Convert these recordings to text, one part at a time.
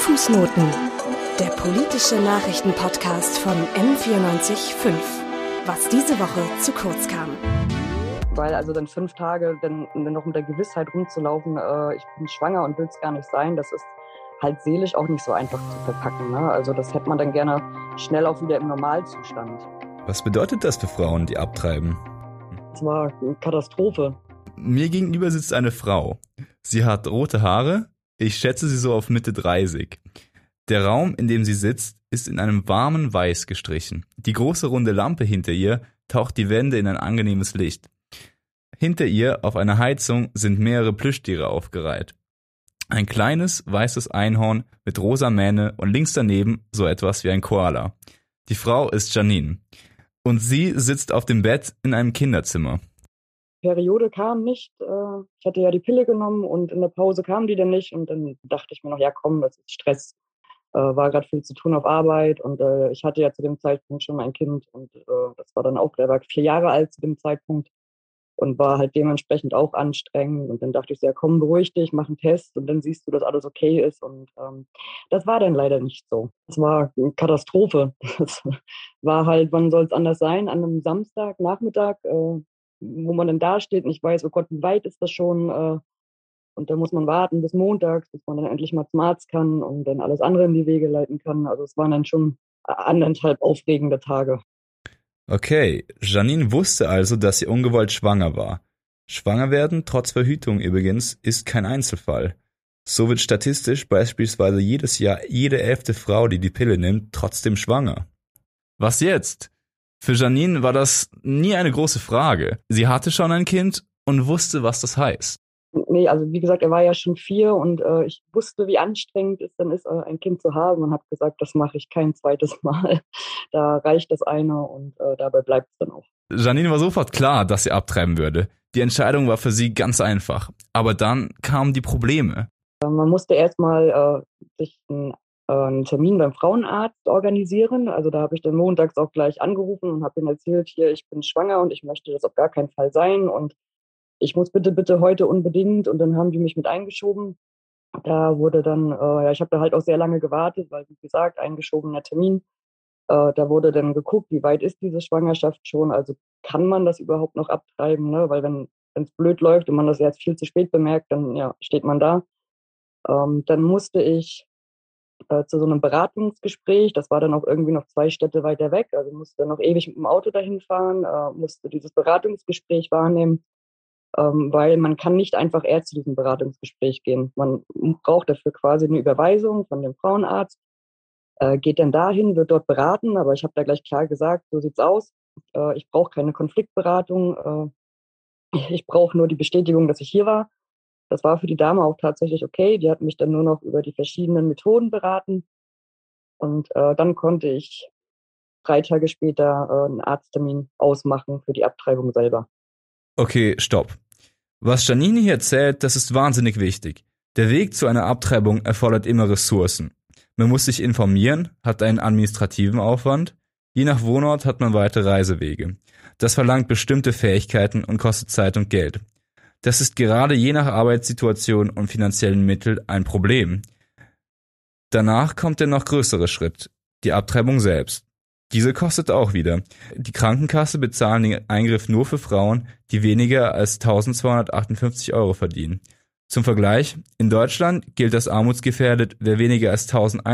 Fußnoten, der politische Nachrichtenpodcast von M94.5. Was diese Woche zu kurz kam. Weil also dann 5 Tage dann noch mit der Gewissheit rumzulaufen, ich bin schwanger und will es gar nicht sein, das ist halt seelisch auch nicht so einfach zu verpacken. Ne? Also das hätte man dann gerne schnell auch wieder im Normalzustand. Was bedeutet das für Frauen, die abtreiben? Das war eine Katastrophe. Mir gegenüber sitzt eine Frau. Sie hat rote Haare, ich schätze sie so auf Mitte 30. Der Raum, in dem sie sitzt, ist in einem warmen Weiß gestrichen. Die große runde Lampe hinter ihr taucht die Wände in ein angenehmes Licht. Hinter ihr auf einer Heizung sind mehrere Plüschtiere aufgereiht. Ein kleines, weißes Einhorn mit rosa Mähne und links daneben so etwas wie ein Koala. Die Frau ist Janine. Und sie sitzt auf dem Bett in einem Kinderzimmer. Periode kam nicht. Ich hatte ja die Pille genommen und in der Pause kam die dann nicht. Und dann dachte ich mir noch, ja komm, das ist Stress. War gerade viel zu tun auf Arbeit und ich hatte ja zu dem Zeitpunkt schon ein Kind und das war dann auch, der war 4 Jahre alt zu dem Zeitpunkt und war halt dementsprechend auch anstrengend. Und dann dachte ich so, ja komm, beruhig dich, mach einen Test und dann siehst du, dass alles okay ist. Und das war dann leider nicht so. Das war eine Katastrophe. Das war halt, wann soll es anders sein? An einem Samstag, Nachmittag, wo man dann da steht und ich weiß, oh Gott, wie weit ist das schon? Und da muss man warten bis montags, bis man dann endlich mal zum Arzt kann und dann alles andere in die Wege leiten kann. Also es waren dann schon 1,5 aufregende Tage. Okay, Janine wusste also, dass sie ungewollt schwanger war. Schwanger werden, trotz Verhütung übrigens, ist kein Einzelfall. So wird statistisch beispielsweise jedes Jahr jede 11. Frau, die die Pille nimmt, trotzdem schwanger. Was jetzt? Für Janine war das nie eine große Frage. Sie hatte schon ein Kind und wusste, was das heißt. Nee, also wie gesagt, er war ja schon 4 und ich wusste, wie anstrengend es dann ist, ein Kind zu haben und habe gesagt, das mache ich kein zweites Mal. Da reicht das eine und dabei bleibt es dann auch. Janine war sofort klar, dass sie abtreiben würde. Die Entscheidung war für sie ganz einfach. Aber dann kamen die Probleme. Man musste erstmal sich einen Termin beim Frauenarzt organisieren. Also da habe ich dann montags auch gleich angerufen und habe ihm erzählt, hier, ich bin schwanger und ich möchte das auf gar keinen Fall sein und ich muss bitte heute unbedingt. Und dann haben die mich mit eingeschoben. Da wurde dann, ich habe da halt auch sehr lange gewartet, weil wie gesagt, eingeschobener Termin. Da wurde dann geguckt, wie weit ist diese Schwangerschaft schon, also kann man das überhaupt noch abtreiben, ne? Weil wenn es blöd läuft und man das jetzt viel zu spät bemerkt, dann ja, steht man da. Dann musste ich zu so einem Beratungsgespräch. Das war dann auch irgendwie noch 2 Städte weiter weg. Also musste dann noch ewig mit dem Auto dahin fahren, musste dieses Beratungsgespräch wahrnehmen, weil man kann nicht einfach erst zu diesem Beratungsgespräch gehen. Man braucht dafür quasi eine Überweisung von dem Frauenarzt, geht dann dahin, wird dort beraten. Aber ich habe da gleich klar gesagt, so sieht's aus. Ich brauche keine Konfliktberatung. Ich brauche nur die Bestätigung, dass ich hier war. Das war für die Dame auch tatsächlich okay. Die hat mich dann nur noch über die verschiedenen Methoden beraten. Und dann konnte ich 3 Tage später einen Arzttermin ausmachen für die Abtreibung selber. Okay, stopp. Was Janine hier erzählt, das ist wahnsinnig wichtig. Der Weg zu einer Abtreibung erfordert immer Ressourcen. Man muss sich informieren, hat einen administrativen Aufwand. Je nach Wohnort hat man weite Reisewege. Das verlangt bestimmte Fähigkeiten und kostet Zeit und Geld. Das ist gerade je nach Arbeitssituation und finanziellen Mitteln ein Problem. Danach kommt der noch größere Schritt, die Abtreibung selbst. Diese kostet auch wieder. Die Krankenkasse bezahlt den Eingriff nur für Frauen, die weniger als 1.258 € verdienen. Zum Vergleich, in Deutschland gilt als armutsgefährdet, wer weniger als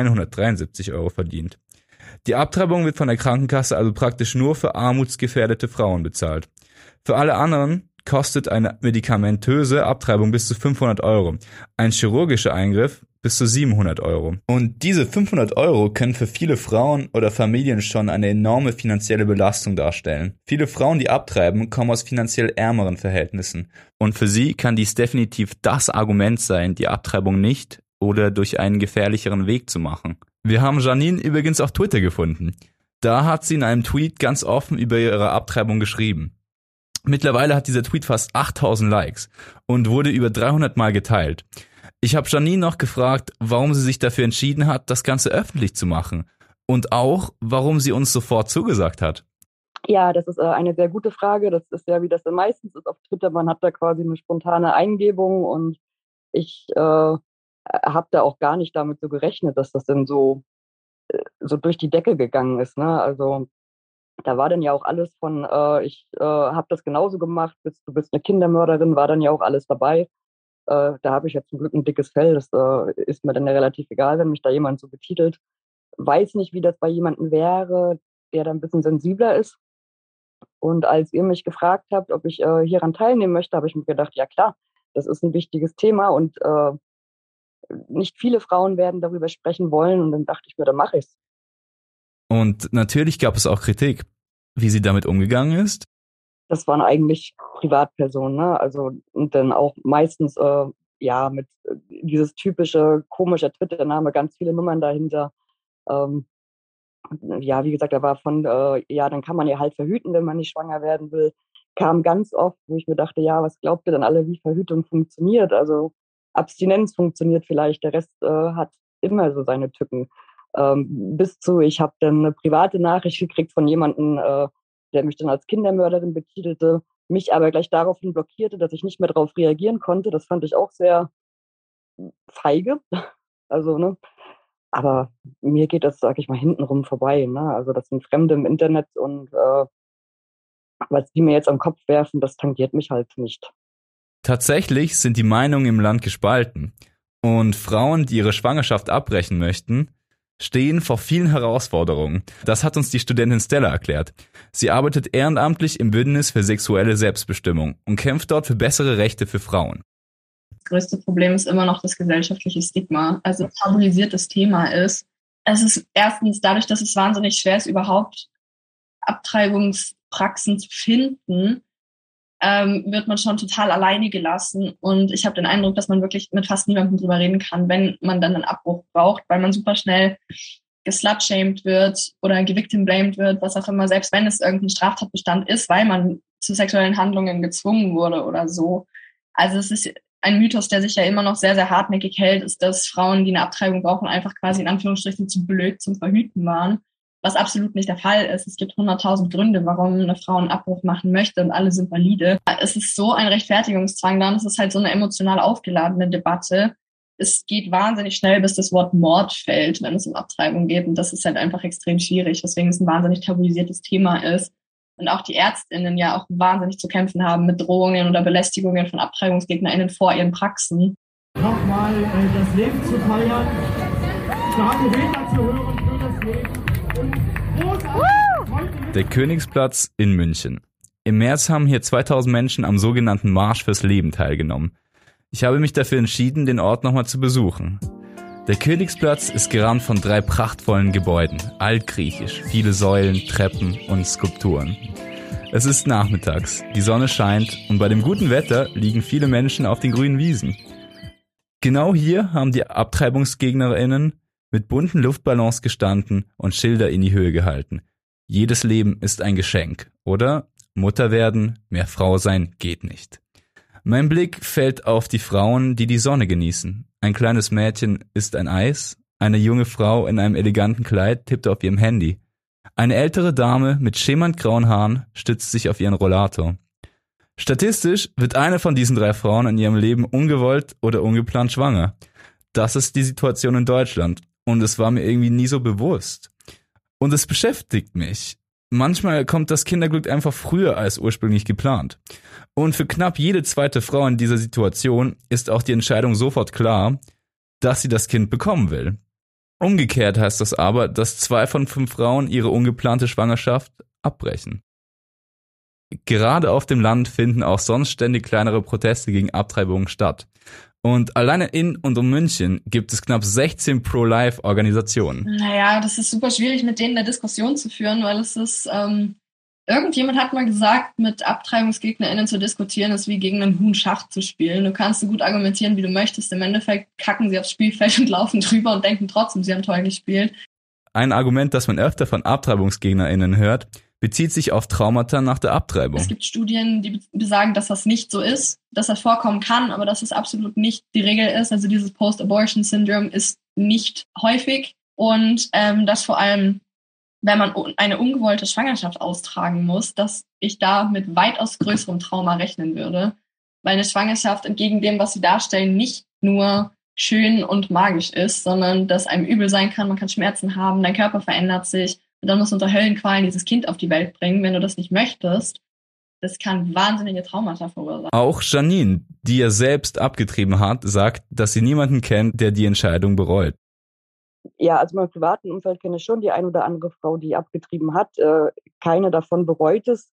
1.173 € verdient. Die Abtreibung wird von der Krankenkasse also praktisch nur für armutsgefährdete Frauen bezahlt. Für alle anderen kostet eine medikamentöse Abtreibung bis zu 500 €, ein chirurgischer Eingriff bis zu 700 €. Und diese 500 € können für viele Frauen oder Familien schon eine enorme finanzielle Belastung darstellen. Viele Frauen, die abtreiben, kommen aus finanziell ärmeren Verhältnissen. Und für sie kann dies definitiv das Argument sein, die Abtreibung nicht oder durch einen gefährlicheren Weg zu machen. Wir haben Janine übrigens auf Twitter gefunden. Da hat sie in einem Tweet ganz offen über ihre Abtreibung geschrieben. Mittlerweile hat dieser Tweet fast 8.000 Likes und wurde über 300 Mal geteilt. Ich habe Janine noch gefragt, warum sie sich dafür entschieden hat, das Ganze öffentlich zu machen und auch, warum sie uns sofort zugesagt hat. Ja, das ist eine sehr gute Frage. Das ist ja, wie das dann meistens ist auf Twitter. Man hat da quasi eine spontane Eingebung und ich habe da auch gar nicht damit so gerechnet, dass das dann so durch die Decke gegangen ist. Ne? Also da war dann ja auch alles von, ich habe das genauso gemacht, du bist eine Kindermörderin, war dann ja auch alles dabei. Da habe ich ja zum Glück ein dickes Fell, das ist mir dann ja relativ egal, wenn mich da jemand so betitelt. Weiß nicht, wie das bei jemandem wäre, der da ein bisschen sensibler ist. Und als ihr mich gefragt habt, ob ich hieran teilnehmen möchte, habe ich mir gedacht, ja klar, das ist ein wichtiges Thema und nicht viele Frauen werden darüber sprechen wollen. Und dann dachte ich mir, dann mache ich's. Und natürlich gab es auch Kritik, wie sie damit umgegangen ist. Das waren eigentlich Privatpersonen, ne? Also und dann auch meistens mit dieses typische komische Twitter-Name, ganz viele Nummern dahinter. Wie gesagt, da war von dann kann man ja halt verhüten, wenn man nicht schwanger werden will. Kam ganz oft, wo ich mir dachte, ja, was glaubt ihr denn alle, wie Verhütung funktioniert? Also Abstinenz funktioniert vielleicht, der Rest hat immer so seine Tücken. Ich habe dann eine private Nachricht gekriegt von jemandem, der mich dann als Kindermörderin betitelte, mich aber gleich daraufhin blockierte, dass ich nicht mehr darauf reagieren konnte. Das fand ich auch sehr feige. Also, ne? Aber mir geht das, sag ich mal, hintenrum vorbei. Ne? Also das sind Fremde im Internet und was die mir jetzt am Kopf werfen, das tangiert mich halt nicht. Tatsächlich sind die Meinungen im Land gespalten. Und Frauen, die ihre Schwangerschaft abbrechen möchten, stehen vor vielen Herausforderungen. Das hat uns die Studentin Stella erklärt. Sie arbeitet ehrenamtlich im Bündnis für sexuelle Selbstbestimmung und kämpft dort für bessere Rechte für Frauen. Das größte Problem ist immer noch das gesellschaftliche Stigma. Also ein tabuisiertes Thema ist. Es ist erstens dadurch, dass es wahnsinnig schwer ist, überhaupt Abtreibungspraxen zu finden, wird man schon total alleine gelassen. Und ich habe den Eindruck, dass man wirklich mit fast niemandem drüber reden kann, wenn man dann einen Abbruch braucht, weil man super schnell geslutshamed wird oder gevictimblamed wird, was auch immer, selbst wenn es irgendein Straftatbestand ist, weil man zu sexuellen Handlungen gezwungen wurde oder so. Also es ist ein Mythos, der sich ja immer noch sehr, sehr hartnäckig hält, ist, dass Frauen, die eine Abtreibung brauchen, einfach quasi in Anführungsstrichen zu blöd zum Verhüten waren, was absolut nicht der Fall ist. Es gibt 100.000 Gründe, warum eine Frau einen Abbruch machen möchte und alle sind valide. Es ist so ein Rechtfertigungszwang da und es ist halt so eine emotional aufgeladene Debatte. Es geht wahnsinnig schnell, bis das Wort Mord fällt, wenn es um Abtreibung geht und das ist halt einfach extrem schwierig, weswegen es ein wahnsinnig tabuisiertes Thema ist. Und auch die ÄrztInnen ja auch wahnsinnig zu kämpfen haben mit Drohungen oder Belästigungen von AbtreibungsgegnerInnen vor ihren Praxen. Nochmal das Leben zu feiern, starke Redner zu hören für das Leben und großartig. Der Königsplatz in München. Im März haben hier 2000 Menschen am sogenannten Marsch fürs Leben teilgenommen. Ich habe mich dafür entschieden, den Ort nochmal zu besuchen. Der Königsplatz ist gerahmt von 3 prachtvollen Gebäuden, altgriechisch, viele Säulen, Treppen und Skulpturen. Es ist nachmittags, die Sonne scheint und bei dem guten Wetter liegen viele Menschen auf den grünen Wiesen. Genau hier haben die AbtreibungsgegnerInnen mit bunten Luftballons gestanden und Schilder in die Höhe gehalten. Jedes Leben ist ein Geschenk, oder? Mutter werden, mehr Frau sein geht nicht. Mein Blick fällt auf die Frauen, die die Sonne genießen. Ein kleines Mädchen isst ein Eis, eine junge Frau in einem eleganten Kleid tippt auf ihrem Handy. Eine ältere Dame mit schimmernd grauen Haaren stützt sich auf ihren Rollator. Statistisch wird eine von diesen 3 Frauen in ihrem Leben ungewollt oder ungeplant schwanger. Das ist die Situation in Deutschland und es war mir irgendwie nie so bewusst. Und es beschäftigt mich. Manchmal kommt das Kinderglück einfach früher als ursprünglich geplant. Und für knapp jede zweite Frau in dieser Situation ist auch die Entscheidung sofort klar, dass sie das Kind bekommen will. Umgekehrt heißt das aber, dass 2 von 5 Frauen ihre ungeplante Schwangerschaft abbrechen. Gerade auf dem Land finden auch sonst ständig kleinere Proteste gegen Abtreibungen statt. Und alleine in und um München gibt es knapp 16 Pro-Life-Organisationen. Naja, das ist super schwierig, mit denen eine Diskussion zu führen, weil es ist, irgendjemand hat mal gesagt, mit AbtreibungsgegnerInnen zu diskutieren, ist wie gegen einen Huhn Schach zu spielen. Du kannst so gut argumentieren, wie du möchtest. Im Endeffekt kacken sie aufs Spielfeld und laufen drüber und denken trotzdem, sie haben toll gespielt. Ein Argument, das man öfter von AbtreibungsgegnerInnen hört, bezieht sich auf Traumata nach der Abtreibung. Es gibt Studien, die besagen, dass das nicht so ist, dass das vorkommen kann, aber dass es absolut nicht die Regel ist. Also dieses Post-Abortion-Syndrom ist nicht häufig und dass vor allem, wenn man eine ungewollte Schwangerschaft austragen muss, dass ich da mit weitaus größerem Trauma rechnen würde, weil eine Schwangerschaft entgegen dem, was sie darstellen, nicht nur schön und magisch ist, sondern dass einem übel sein kann, man kann Schmerzen haben, dein Körper verändert sich und dann musst du unter Höllenqualen dieses Kind auf die Welt bringen, wenn du das nicht möchtest. Das kann wahnsinnige Traumata verursachen. Auch Janine, die ja selbst abgetrieben hat, sagt, dass sie niemanden kennt, der die Entscheidung bereut. Ja, also im privaten Umfeld kenne ich schon die ein oder andere Frau, die abgetrieben hat. Keine davon bereut es.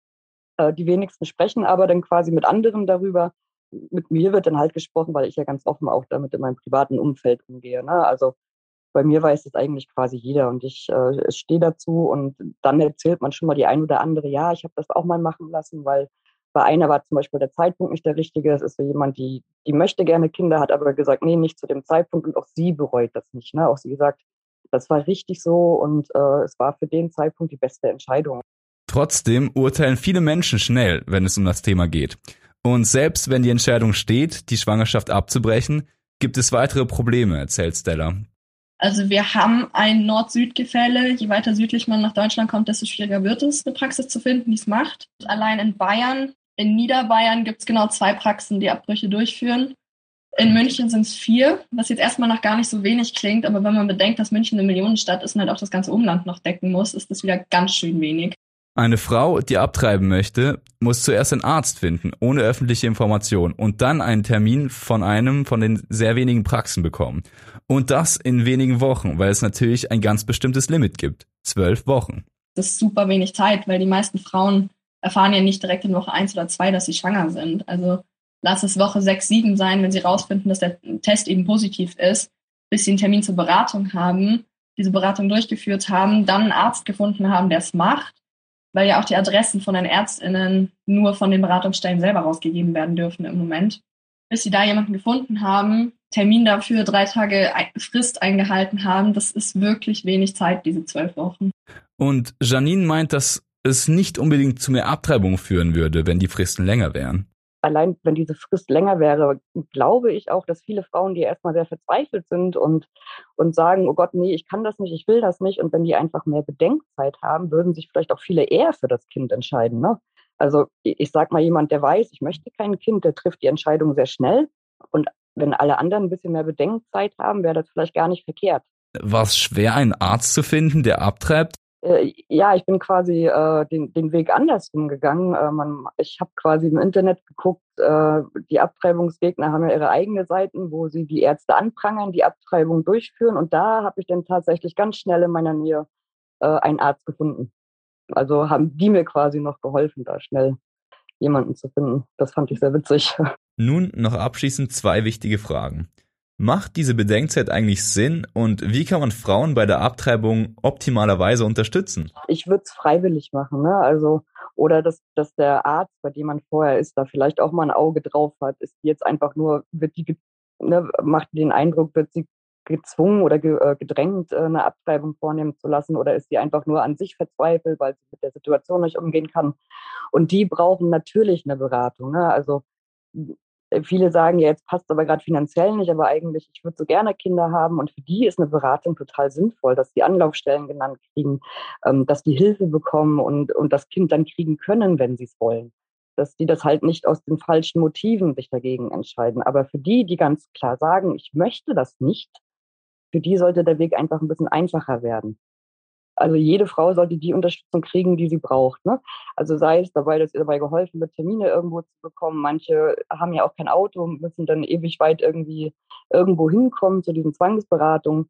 Die wenigsten sprechen aber dann quasi mit anderen darüber. Mit mir wird dann halt gesprochen, weil ich ja ganz offen auch damit in meinem privaten Umfeld umgehe. Ne? Also bei mir weiß es eigentlich quasi jeder und ich stehe dazu und dann erzählt man schon mal die ein oder andere, ja, ich habe das auch mal machen lassen, weil bei einer war zum Beispiel der Zeitpunkt nicht der richtige. Das ist so jemand, die möchte gerne Kinder, hat aber gesagt, nee, nicht zu dem Zeitpunkt und auch sie bereut das nicht. Ne? Auch sie sagt, das war richtig so und es war für den Zeitpunkt die beste Entscheidung. Trotzdem urteilen viele Menschen schnell, wenn es um das Thema geht. Und selbst wenn die Entscheidung steht, die Schwangerschaft abzubrechen, gibt es weitere Probleme, erzählt Stella. Also wir haben ein Nord-Süd-Gefälle. Je weiter südlich man nach Deutschland kommt, desto schwieriger wird es, eine Praxis zu finden, die es macht. Allein in Bayern, in Niederbayern gibt es genau 2 Praxen, die Abbrüche durchführen. In München sind es 4, was jetzt erstmal noch gar nicht so wenig klingt. Aber wenn man bedenkt, dass München eine Millionenstadt ist und halt auch das ganze Umland noch decken muss, ist das wieder ganz schön wenig. Eine Frau, die abtreiben möchte, muss zuerst einen Arzt finden, ohne öffentliche Information und dann einen Termin von einem von den sehr wenigen Praxen bekommen. Und das in wenigen Wochen, weil es natürlich ein ganz bestimmtes Limit gibt. 12 Wochen. Das ist super wenig Zeit, weil die meisten Frauen erfahren ja nicht direkt in Woche 1 oder 2, dass sie schwanger sind. Also lass es Woche 6, 7 sein, wenn sie rausfinden, dass der Test eben positiv ist, bis sie einen Termin zur Beratung haben, diese Beratung durchgeführt haben, dann einen Arzt gefunden haben, der es macht, weil ja auch die Adressen von den ÄrztInnen nur von den Beratungsstellen selber rausgegeben werden dürfen im Moment. Bis sie da jemanden gefunden haben, Termin dafür, 3 Tage Frist eingehalten haben, das ist wirklich wenig Zeit, diese 12 Wochen. Und Janine meint, dass es nicht unbedingt zu mehr Abtreibung führen würde, wenn die Fristen länger wären. Allein wenn diese Frist länger wäre, glaube ich auch, dass viele Frauen, die erstmal sehr verzweifelt sind und sagen, oh Gott, nee, ich kann das nicht, ich will das nicht. Und wenn die einfach mehr Bedenkzeit haben, würden sich vielleicht auch viele eher für das Kind entscheiden. Ne? Also ich sag mal, jemand, der weiß, ich möchte kein Kind, der trifft die Entscheidung sehr schnell. Und wenn alle anderen ein bisschen mehr Bedenkzeit haben, wäre das vielleicht gar nicht verkehrt. War es schwer, einen Arzt zu finden, der abtreibt? Ja, ich bin quasi den Weg andersrum gegangen. Ich habe quasi im Internet geguckt, die Abtreibungsgegner haben ja ihre eigenen Seiten, wo sie die Ärzte anprangern, die Abtreibung durchführen. Und da habe ich dann tatsächlich ganz schnell in meiner Nähe einen Arzt gefunden. Also haben die mir quasi noch geholfen, da schnell jemanden zu finden. Das fand ich sehr witzig. Nun noch abschließend 2 wichtige Fragen. Macht diese Bedenkzeit eigentlich Sinn und wie kann man Frauen bei der Abtreibung optimalerweise unterstützen? Ich würde es freiwillig machen, ne? Also, oder dass der Arzt, bei dem man vorher ist, da vielleicht auch mal ein Auge drauf hat. Ist die jetzt einfach nur, macht die den Eindruck, wird sie gezwungen oder gedrängt, eine Abtreibung vornehmen zu lassen, oder ist sie einfach nur an sich verzweifelt, weil sie mit der Situation nicht umgehen kann. Und die brauchen natürlich eine Beratung, ne? Also viele sagen ja, jetzt passt es aber gerade finanziell nicht, aber eigentlich, ich würde so gerne Kinder haben und für die ist eine Beratung total sinnvoll, dass die Anlaufstellen genannt kriegen, dass die Hilfe bekommen und das Kind dann kriegen können, wenn sie es wollen. Dass die das halt nicht aus den falschen Motiven sich dagegen entscheiden. Aber für die ganz klar sagen, ich möchte das nicht, für die sollte der Weg einfach ein bisschen einfacher werden. Also jede Frau sollte die Unterstützung kriegen, die sie braucht. Ne? Also sei es dabei, dass ihr dabei geholfen wird, Termine irgendwo zu bekommen. Manche haben ja auch kein Auto, müssen dann ewig weit irgendwie irgendwo hinkommen zu diesen Zwangsberatungen.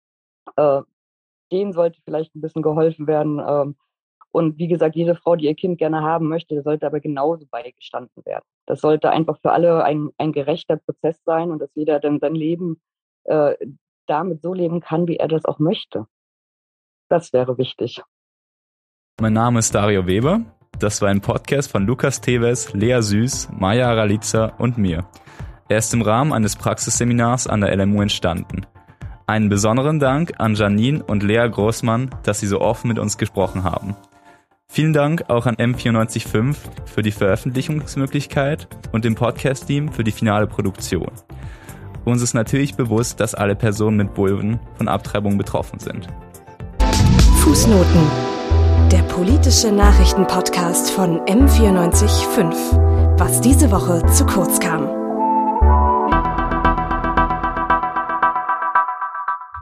Denen sollte vielleicht ein bisschen geholfen werden. Und wie gesagt, jede Frau, die ihr Kind gerne haben möchte, sollte aber genauso beigestanden werden. Das sollte einfach für alle ein gerechter Prozess sein und dass jeder dann sein Leben damit so leben kann, wie er das auch möchte. Das wäre wichtig. Mein Name ist Dario Weber. Das war ein Podcast von Lukas Teves, Lea Süß, Maja Aralica und mir. Er ist im Rahmen eines Praxisseminars an der LMU entstanden. Einen besonderen Dank an Janine und Lea Großmann, dass sie so offen mit uns gesprochen haben. Vielen Dank auch an M94.5 für die Veröffentlichungsmöglichkeit und dem Podcast-Team für die finale Produktion. Uns ist natürlich bewusst, dass alle Personen mit Vulven von Abtreibung betroffen sind. Fußnoten. Der politische Nachrichtenpodcast von M94.5. Was diese Woche zu kurz kam.